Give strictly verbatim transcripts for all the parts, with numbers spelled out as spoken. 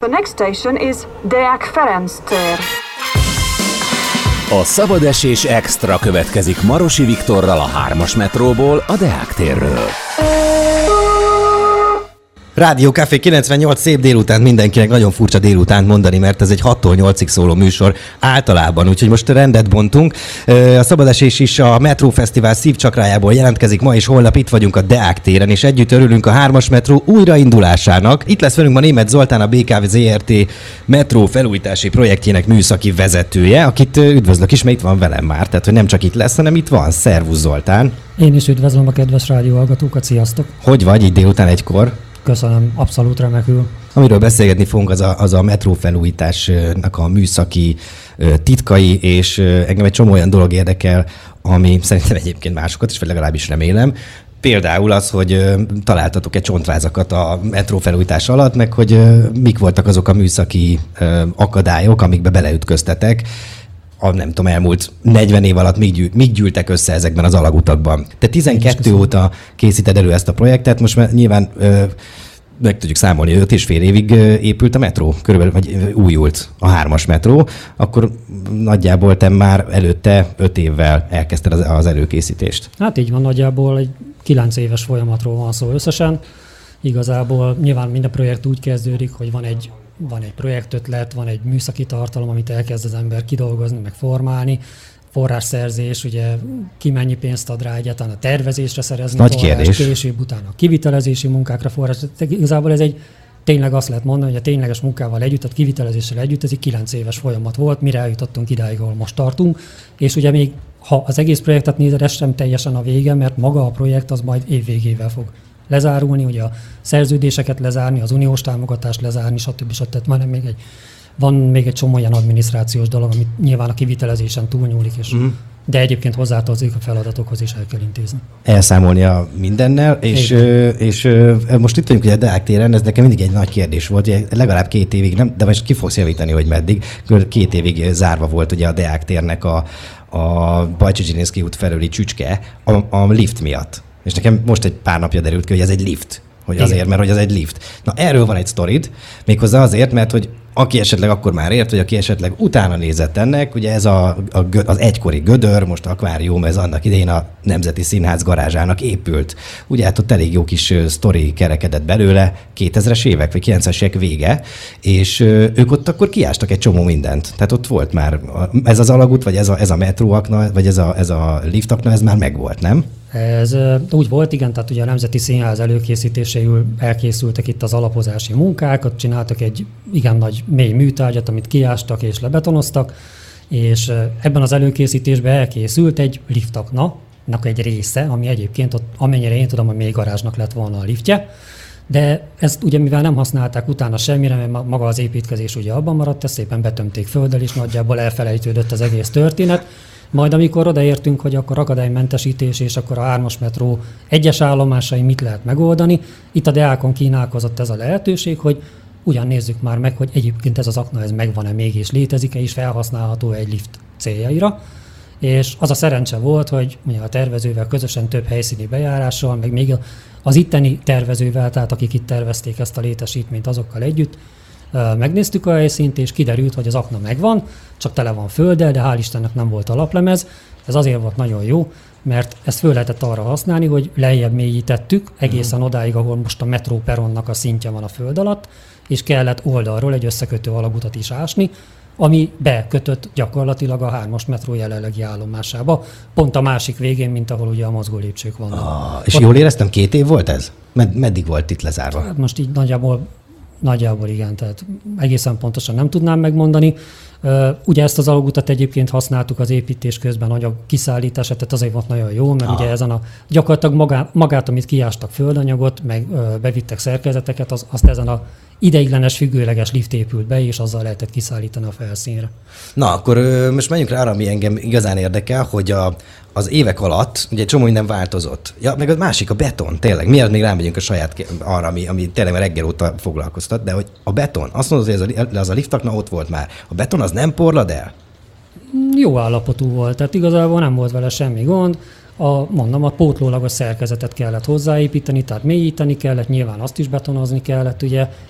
The next station is Deák Ferenc tér. A Szabad Esés Extra következik Marosi Viktorral a hármas metróból, a Deák térről. Rádió Café kilencvennyolc, szép délután mindenkinek, nagyon furcsa délután mondani, mert ez egy hattól nyolcig szóló műsor általában, úgyhogy most rendet bontunk. A Szabadesés is a Metró Fesztivál szívcsakrájából jelentkezik ma, és holnap itt vagyunk a Deák téren, és együtt örülünk a hármas metró újraindulásának. Itt lesz velünk ma Németh Zoltán, a bé ká vé zé er té metró felújítási projektjének műszaki vezetője, akit üdvözlök is, mert itt van velem már, tehát hogy nem csak itt lesz, hanem itt van. Szervusz Zoltán! Én is üdvözlöm a kedves rádióhallgatókat, sziasztok! Hogy vagy így délután egykor? Köszönöm, abszolút remekül. Amiről beszélgetni fogunk, az a, az a metró felújításnak a műszaki titkai, és engem egy csomó olyan dolog érdekel, ami szerintem egyébként másokat is, vagy legalábbis remélem. Például az, hogy találtatok egy csontvázakat a metró felújítás alatt, meg hogy mik voltak azok a műszaki akadályok, amikbe beleütköztetek. A nem tudom, elmúlt negyven év alatt még, gyűl, még gyűltek össze ezekben az alagutakban. Te tizenkettő óta készíted elő ezt a projektet, most már nyilván ö, meg tudjuk számolni, öt és fél évig épült a metró, körülbelül, vagy újult a hármas metró, akkor nagyjából te már előtte öt évvel elkezdted az, az előkészítést. Hát így van, nagyjából egy kilenc éves folyamatról van szó összesen. Igazából nyilván minden projekt úgy kezdődik, hogy van egy Van egy projektötlet, van egy műszaki tartalom, amit elkezd az ember kidolgozni, meg formálni, forrásszerzés, ugye ki mennyi pénzt ad rá egyáltalán a tervezésre szerezni, nagy forrás, kérdés. később utána a kivitelezési munkákra forrás. Igazából ez egy tényleg azt lehet mondani, hogy a tényleges munkával együtt, a kivitelezéssel együtt ez egy kilenc éves folyamat volt, mire eljutottunk idáig, ahol most tartunk, és ugye még ha az egész projektet nézed, ez sem teljesen a vége, mert maga a projekt az majd év végével fog lezárulni, ugye a szerződéseket lezárni, az uniós támogatást lezárni, stb. stb. Tehát még egy, van még egy csomó olyan adminisztrációs dolog, amit nyilván a kivitelezésen túlnyúlik, és, mm. de egyébként hozzátartozik a feladatokhoz is el kell intézni. Elszámolni a mindennel, és, és, és most itt vagyunk ugye a Deák téren, ez nekem mindig egy nagy kérdés volt, ugye legalább két évig, nem, de most ki fogsz javítani, hogy meddig, két évig zárva volt ugye a Deák térnek a, a Bajcsy-Zsilinszky út felőli csücske a, a lift miatt. És nekem most egy pár napja derült ki, hogy ez egy lift. Hogy azért, igen. Mert hogy ez egy lift. Na erről van egy sztorid, méghozzá azért, mert hogy aki esetleg akkor már ért, vagy aki esetleg utána nézett ennek, ugye ez a, a, az egykori gödör, most akvárium, ez annak idején a Nemzeti Színház garázsának épült. Ugye hát ott elég jó kis sztori kerekedett belőle, kétezres évek, vagy kilencvenes évek vége, és ők ott akkor kiástak egy csomó mindent. Tehát ott volt már ez az alagút, vagy ez a, ez a metróakna, vagy ez a, ez a liftakna, ez már megvolt, nem? Ez úgy volt, igen, tehát ugye a Nemzeti Színház előkészítéséül elkészültek itt az alapozási munkák, ott csináltak egy igen nagy mély műtárgyat, amit kiástak és lebetonoztak, és ebben az előkészítésben elkészült egy liftaknak egy része, ami egyébként ott, amennyire én tudom, a mély garázsnak lett volna a liftje, de ezt ugye mivel nem használták utána semmire, mert maga az építkezés ugye abban maradt, ezt szépen betömték földdel, és nagyjából elfelejtődött az egész történet. Majd amikor odaértünk, hogy akkor akadálymentesítés és akkor a hármas metró egyes állomásai mit lehet megoldani, itt a Deákon kínálkozott ez a lehetőség, hogy ugyan nézzük már meg, hogy egyébként ez az akna ez megvan-e még és létezik-e és felhasználható egy lift céljaira. És az a szerencse volt, hogy a tervezővel közösen több helyszíni bejárással, meg még az itteni tervezővel, tehát akik itt tervezték ezt a létesítményt, azokkal együtt, megnéztük a helyszínt, és kiderült, hogy az akna megvan, csak tele van földdel, de hál' Istennek nem volt alaplemez. Ez azért volt nagyon jó, mert ezt föl lehetett arra használni, hogy lejjebb mélyítettük, egészen odáig, ahol most a metróperonnak a szintje van a föld alatt, és kellett oldalról egy összekötő alagutat is ásni, ami bekötött gyakorlatilag a hármas metró jelenlegi állomásába, pont a másik végén, mint ahol ugye a mozgó lépcsők vannak. Ah, és Ott... jól éreztem, két év volt ez? Med- meddig volt itt lezárva? Hát most így nagyjából Nagyjából igen, tehát egészen pontosan nem tudnám megmondani. Ugye ezt az alagutat egyébként használtuk az építés közben anyag kiszállítását, tehát azért volt nagyon jó, mert ah. ugye ezen a gyakorlatilag magá, magát, amit kiástak földanyagot, meg bevittek szerkezeteket, az, azt ezen a ideiglenes, függőleges lift épült be, és azzal lehetett kiszállítani a felszínre. Na, akkor most menjünk rá arra, ami engem igazán érdekel, hogy a, az évek alatt ugye egy csomó minden változott. Ja, meg a másik, a beton, tényleg. Mielőtt még rámegyünk a saját arra, ami, ami tényleg reggel óta foglalkoztat, de hogy a beton, azt mondod, hogy ez a, az a liftakna ott volt már. A beton az nem porlad el? Jó állapotú volt, tehát igazából nem volt vele semmi gond. A, mondom, a pótlólagos szerkezetet kellett hozzáépíteni, tehát mélyíteni kellett, nyilván azt is betonozni kellett. Ugye itt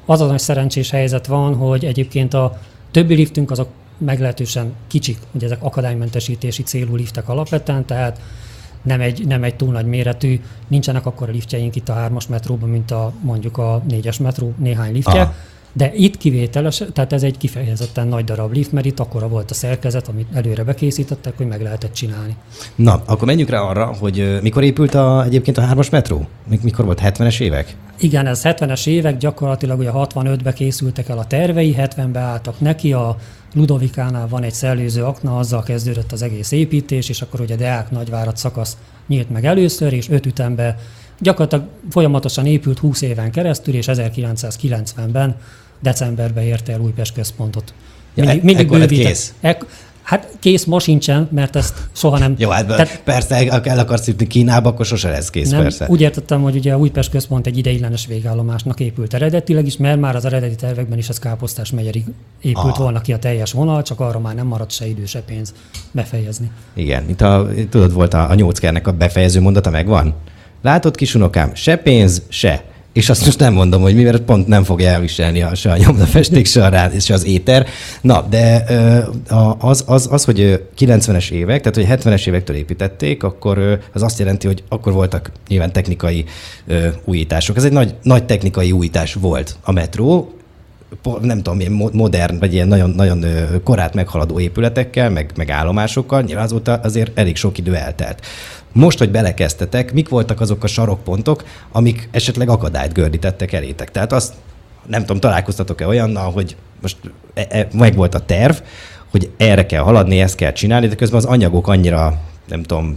az a nagy szerencsés helyzet van, hogy egyébként a többi liftünk azok meglehetősen kicsik, ugye ezek akadálymentesítési célú liftek alapvetően, tehát nem egy, nem egy túl nagy méretű, nincsenek akkora liftjeink itt a hármas metróban, mint a mondjuk a négyes metró néhány liftje, aha. De itt kivételes, tehát ez egy kifejezetten nagy darab lift, mert itt akkora volt a szerkezet, amit előre bekészítettek, hogy meg lehetett csinálni. Na, akkor menjünk rá arra, hogy mikor épült a, egyébként a hármas metró? Mikor volt, hetvenes évek? Igen, ez hetvenes évek, gyakorlatilag ugye hatvanötben készültek el a tervei, hetvenben álltak neki, a Ludovikánál van egy szellőző akna, azzal kezdődött az egész építés, és akkor ugye a Deák-Nagyvárad szakasz nyílt meg először, és öt ütemben gyakorlatilag folyamatosan épült húsz éven keresztül, és ezerkilencszázkilencvenben decemberben érte el Újpest központot. Mindig, ja, mindig bővített. Kész. Ek, hát kész ma sincsen, mert ezt soha nem... Jó, hát tehát, persze, ha el akarsz jutni Kínába, akkor sosem lesz kész, nem, persze. Úgy értettem, hogy ugye a Újpest központ egy ideiglenes végállomásnak épült eredetileg is, mert már az eredeti tervekben is az Káposztás megyerig épült Aha. volna ki a teljes vonal, csak arra már nem maradt se idő, se pénz befejezni. Igen, mint a, tudod, volt a, a Nyóckernek a befejező mondata, megvan? Látod, kisunokám, se pénz, se. És azt most nem mondom, hogy mi, mert pont nem fogja elviselni a, se a nyomdafesték, se, a rád, se az éter. Na, de az, az, az, hogy kilencvenes évek, tehát hogy hetvenes évektől építették, akkor az azt jelenti, hogy akkor voltak nyilván technikai újítások. Ez egy nagy, nagy technikai újítás volt a metró, nem tudom, ilyen modern, vagy ilyen nagyon, nagyon korát meghaladó épületekkel, meg, meg állomásokkal, nyilván azóta azért elég sok idő eltelt. Most, hogy belekezdtetek, mik voltak azok a sarokpontok, amik esetleg akadályt gördítettek elétek? Tehát azt, nem tudom, találkoztatok-e olyannal, hogy most e, e, meg volt a terv, hogy erre kell haladni, ezt kell csinálni, de közben az anyagok annyira, nem tudom,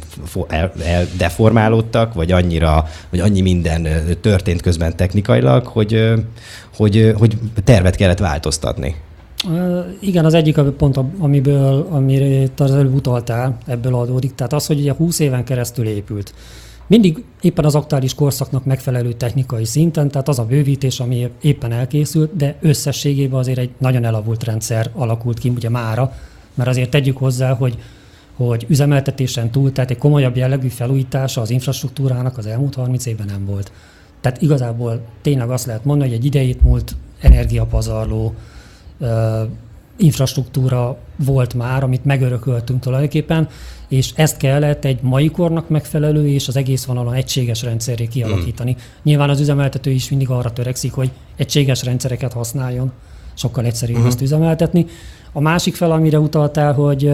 eldeformálódtak, vagy annyira, vagy annyi minden történt közben technikailag, hogy, hogy, hogy tervet kellett változtatni. Uh, igen, az egyik pont, amiből, amire az előbb utaltál, ebből adódik. Tehát az, hogy ugye húsz éven keresztül épült. Mindig éppen az aktuális korszaknak megfelelő technikai szinten, tehát az a bővítés, ami éppen elkészült, de összességében azért egy nagyon elavult rendszer alakult ki ugye mára, mert azért tegyük hozzá, hogy, hogy üzemeltetésen túl, tehát egy komolyabb jellegű felújítása az infrastruktúrának az elmúlt harminc évben nem volt. Tehát igazából tényleg azt lehet mondani, hogy egy idejét múlt energiapazarló Uh, infrastruktúra volt már, amit megörököltünk tulajdonképpen, és ezt kellett egy mai kornak megfelelő és az egész vonalon egységes rendszerré kialakítani. Mm. Nyilván az üzemeltető is mindig arra törekszik, hogy egységes rendszereket használjon, sokkal egyszerűbb mm. ezt üzemeltetni. A másik fel, amire utaltál, hogy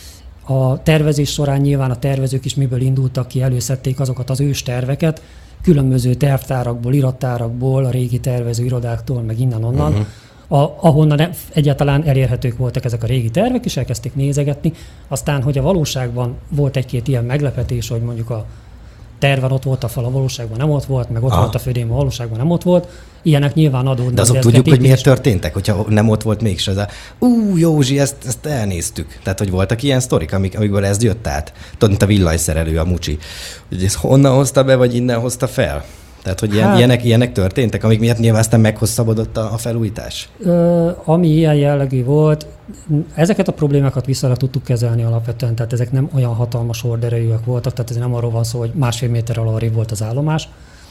a tervezés során nyilván a tervezők is miből indultak ki, előszedték azokat az ős terveket, különböző tervtárakból, irattárakból, a régi tervező irodáktól, meg innen-onnan, mm. A, ahonnan egyáltalán elérhetők voltak ezek a régi tervek, és elkezdték nézegetni. Aztán, hogy a valóságban volt egy-két ilyen meglepetés, hogy mondjuk a terven ott volt a fal, a valóságban nem ott volt, meg ott ah. volt a födém, a valóságban nem ott volt. Ilyenek nyilván adódnak. De azok tudjuk, hogy miért történtek, hogyha nem ott volt mégis az a ú, Józsi, ezt, ezt elnéztük. Tehát, hogy voltak ilyen sztorik, amik, amikből ez jött át. Tudod, mint a villanyszerelő, a mucsi. Hogy ezt honnan hozta be, vagy innen hozta fel? Tehát, hogy ilyen, hát, ilyenek, ilyenek történtek, amik miatt nyilván aztán meghosszabbodott a, a felújítás? Ö, ami ilyen jellegű volt, ezeket a problémákat vissza tudtuk kezelni alapvetően, tehát ezek nem olyan hatalmas horderejűek voltak, tehát ez nem arról van szó, hogy másfél méter alarrébb volt az állomás,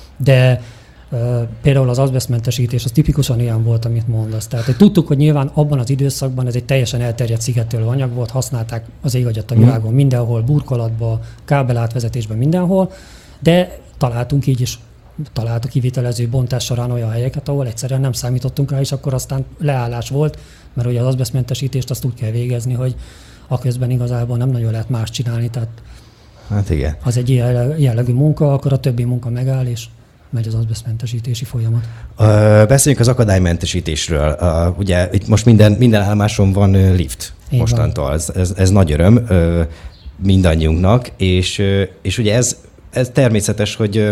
de ö, például az azbesztmentesítés az tipikusan ilyen volt, amit mondasz. Tehát hogy tudtuk, hogy nyilván abban az időszakban ez egy teljesen elterjedt szigetelő anyag volt, használták az ég adjat a világon hmm. mindenhol, burkolatban, kábelátvezetésben, mindenhol, de találtunk így is talált a kivitelező bontás során olyan helyeket, ahol egyszerűen nem számítottunk rá, és akkor aztán leállás volt, mert ugye az azbesztmentesítést azt úgy kell végezni, hogy aközben igazából nem nagyon lehet más csinálni, tehát hát igen. Az egy ilyen jellegű munka, akkor a többi munka megáll, és megy az azbesztmentesítési folyamat. Ö, beszéljünk az akadálymentesítésről. Ö, ugye itt most minden, minden állomáson van lift Én mostantól. Ez, ez, ez nagy öröm ö, mindannyiunknak, és, és ugye ez Ez természetes, hogy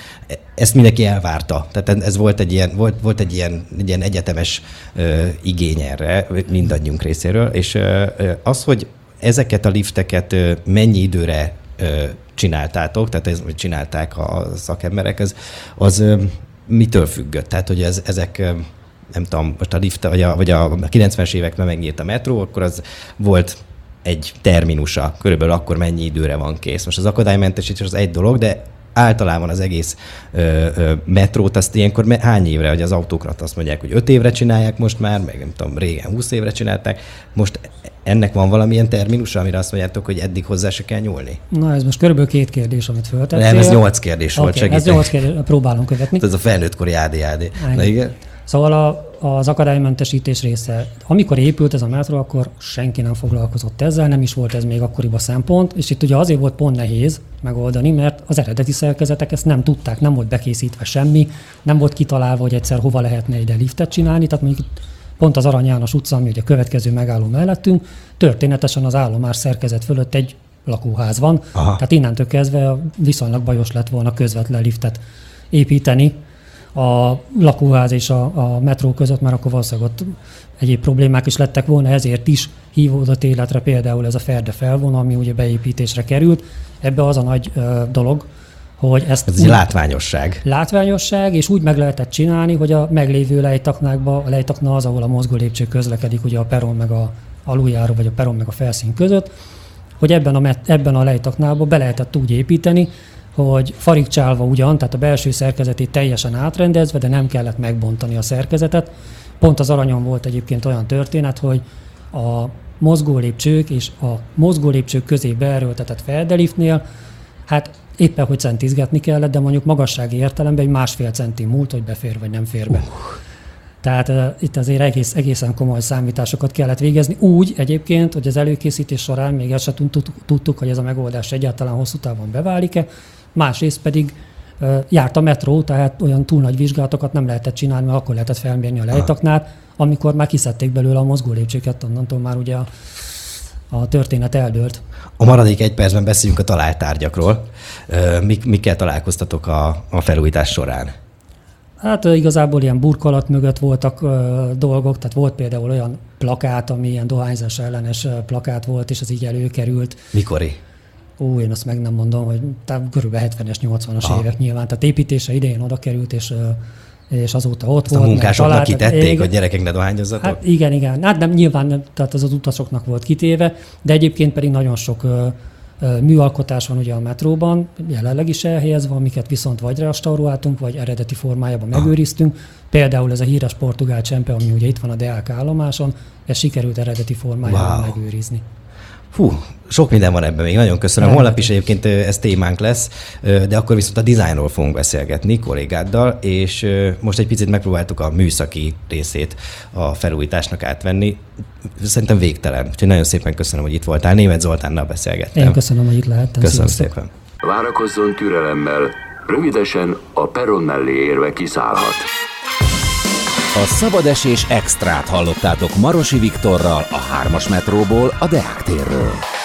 ezt mindenki elvárta. Tehát ez volt egy ilyen, volt, volt egy ilyen, egy ilyen egyetemes uh, igény erre mindannyiunk részéről, és uh, az, hogy ezeket a lifteket uh, mennyi időre uh, csináltátok, tehát ez, hogy csinálták a szakemberek, az, az uh, mitől függött? Tehát, hogy ez, ezek, uh, nem tudom, most a lift, vagy a, vagy a kilencvenes években megnyílt a metró, akkor az volt egy terminusa, körülbelül akkor mennyi időre van kész. Most az akadálymentesítés az egy dolog, de általában az egész ö, ö, metrót, azt ilyenkor hány évre, hogy az autókrat azt mondják, hogy öt évre csinálják most már, meg nem tudom, régen húsz évre csinálták. Most ennek van valamilyen terminusa, amire azt mondjátok, hogy eddig hozzá se kell nyúlni? Na, ez most körülbelül két kérdés, amit föltettél. Nem, ez nyolc kérdés volt, okay, ez nyolc kérdés, próbálom követni. Ez a felnőttkori á dé há dé. Na igen. Szóval a, az akadálymentesítés része. Amikor épült ez a metró, akkor senki nem foglalkozott ezzel, nem is volt ez még akkoriban szempont, és itt ugye azért volt pont nehéz megoldani, mert az eredeti szerkezetek ezt nem tudták, nem volt bekészítve semmi, nem volt kitalálva, hogy egyszer hova lehetne ide liftet csinálni, tehát mondjuk pont az Arany János utca, ami ugye a következő megálló mellettünk, történetesen az állomás szerkezet fölött egy lakóház van, aha. Tehát innentől kezdve viszonylag bajos lett volna közvetlen liftet építeni a lakóház és a, a metró között, mert akkor valószínűleg ott egyéb problémák is lettek volna, ezért is hívódott életre például ez a Ferde felvonó, ami ugye beépítésre került. Ebbe az a nagy ö, dolog, hogy ezt... Ez egy látványosság. Látványosság, és úgy meg lehetett csinálni, hogy a meglévő lejtaknákba, a lejtakna az, ahol a mozgólépcső közlekedik, ugye a peron meg a aluljáró, vagy a peron meg a felszín között, hogy ebben a, met, ebben a lejtaknába be lehetett úgy építeni, hogy farigcsálva ugyan, tehát a belső szerkezetét teljesen átrendezve, de nem kellett megbontani a szerkezetet. Pont az Aranyon volt egyébként olyan történet, hogy a mozgólépcsők és a mozgólépcsők közé beerőltetett feldeliftnél, hát éppen, hogy centizgetni kellett, de mondjuk magassági értelemben egy másfél centi múlt, hogy befér vagy nem fér be. Uh. Tehát uh, itt azért egész, egészen komoly számításokat kellett végezni. Úgy egyébként, hogy az előkészítés során még ezt sem tudtuk, hogy ez a megoldás egyáltalán hosszú távon beválik-e. Másrészt pedig uh, járt a metró, tehát olyan túl nagy vizsgálatokat nem lehetett csinálni, mert akkor lehetett felmérni a lejtaknát, amikor már kiszedték belőle a mozgólépcsőket, onnantól már ugye a, a történet eldőlt. A maradék egy percben beszéljünk a talált tárgyakról. Mik, mikkel találkoztatok a, a felújítás során? Hát igazából ilyen burkolat mögött voltak uh, dolgok, tehát volt például olyan plakát, ami ilyen dohányzás ellenes plakát volt, és az így előkerült. Mikori? Ó, én azt meg nem mondom, hogy körülbelül hetvenes, nyolcvanas ah. évek nyilván. Tehát építése idején oda került, és, és azóta ott ezt volt. A munkásoknak kitették, igen, hogy gyerekek ne dohányozzatok? Hát igen, igen. Hát nem, nyilván tehát az az utasoknak volt kitéve, de egyébként pedig nagyon sok uh, műalkotás van ugye a metróban, jelenleg is elhelyezve, amiket viszont vagy restauráltunk, vagy eredeti formájában ah. megőriztünk. Például ez a híres portugál csempe, ami ugye itt van a Deák állomáson, ezt sikerült eredeti formájában wow. megőrizni. Hú, sok minden van ebben még, nagyon köszönöm. Nem. Holnap is egyébként ez témánk lesz, de akkor viszont a dizájnról fogunk beszélgetni kollégáddal, és most egy picit megpróbáltuk a műszaki részét a felújításnak átvenni. Szerintem végtelen, úgyhogy nagyon szépen köszönöm, hogy itt voltál. Németh Zoltánnal beszélgettem. Én köszönöm, hogy itt lehettem. Köszönöm Sziasztok. szépen. Várakozzon türelemmel, rövidesen a peron mellé érve kiszállhat. A szabadesés extrát hallottátok Marosi Viktorral a hármas metróból, a Deák térről.